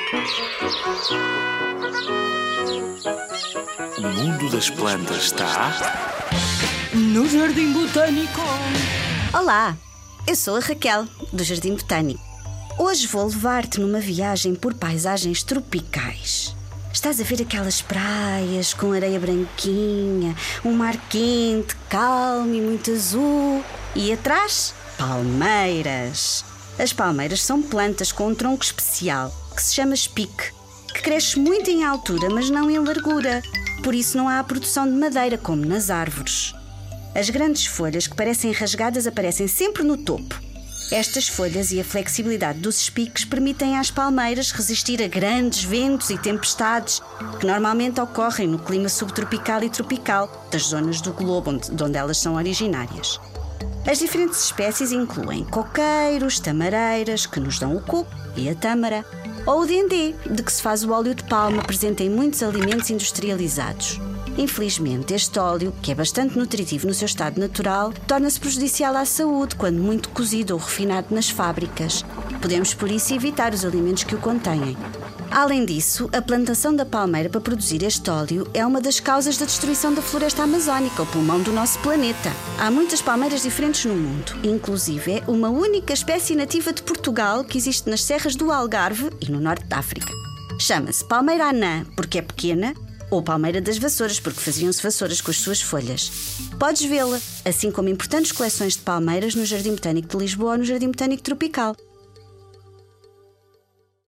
O mundo das plantas está no Jardim Botânico. Olá, eu sou a Raquel, do Jardim Botânico. Hoje vou levar-te numa viagem por paisagens tropicais. Estás a ver aquelas praias com areia branquinha, um mar quente, calmo e muito azul. E atrás, palmeiras. As palmeiras são plantas com um tronco especial, que se chama espique, que cresce muito em altura, mas não em largura. Por isso não há a produção de madeira, como nas árvores. As grandes folhas que parecem rasgadas aparecem sempre no topo. Estas folhas e a flexibilidade dos espiques permitem às palmeiras resistir a grandes ventos e tempestades que normalmente ocorrem no clima subtropical e tropical das zonas do globo de onde elas são originárias. As diferentes espécies incluem coqueiros, tamareiras, que nos dão o coco e a tâmara, ou o dendê, de que se faz o óleo de palma presente em muitos alimentos industrializados. Infelizmente, este óleo, que é bastante nutritivo no seu estado natural, torna-se prejudicial à saúde quando muito cozido ou refinado nas fábricas. Podemos, por isso, evitar os alimentos que o contêm. Além disso, a plantação da palmeira para produzir este óleo é uma das causas da destruição da floresta amazónica, o pulmão do nosso planeta. Há muitas palmeiras diferentes no mundo, inclusive uma única espécie nativa de Portugal que existe nas serras do Algarve e no norte da África. Chama-se palmeira anã porque é pequena, ou palmeira das vassouras, porque faziam-se vassouras com as suas folhas. Podes vê-la, assim como importantes coleções de palmeiras no Jardim Botânico de Lisboa ou no Jardim Botânico Tropical.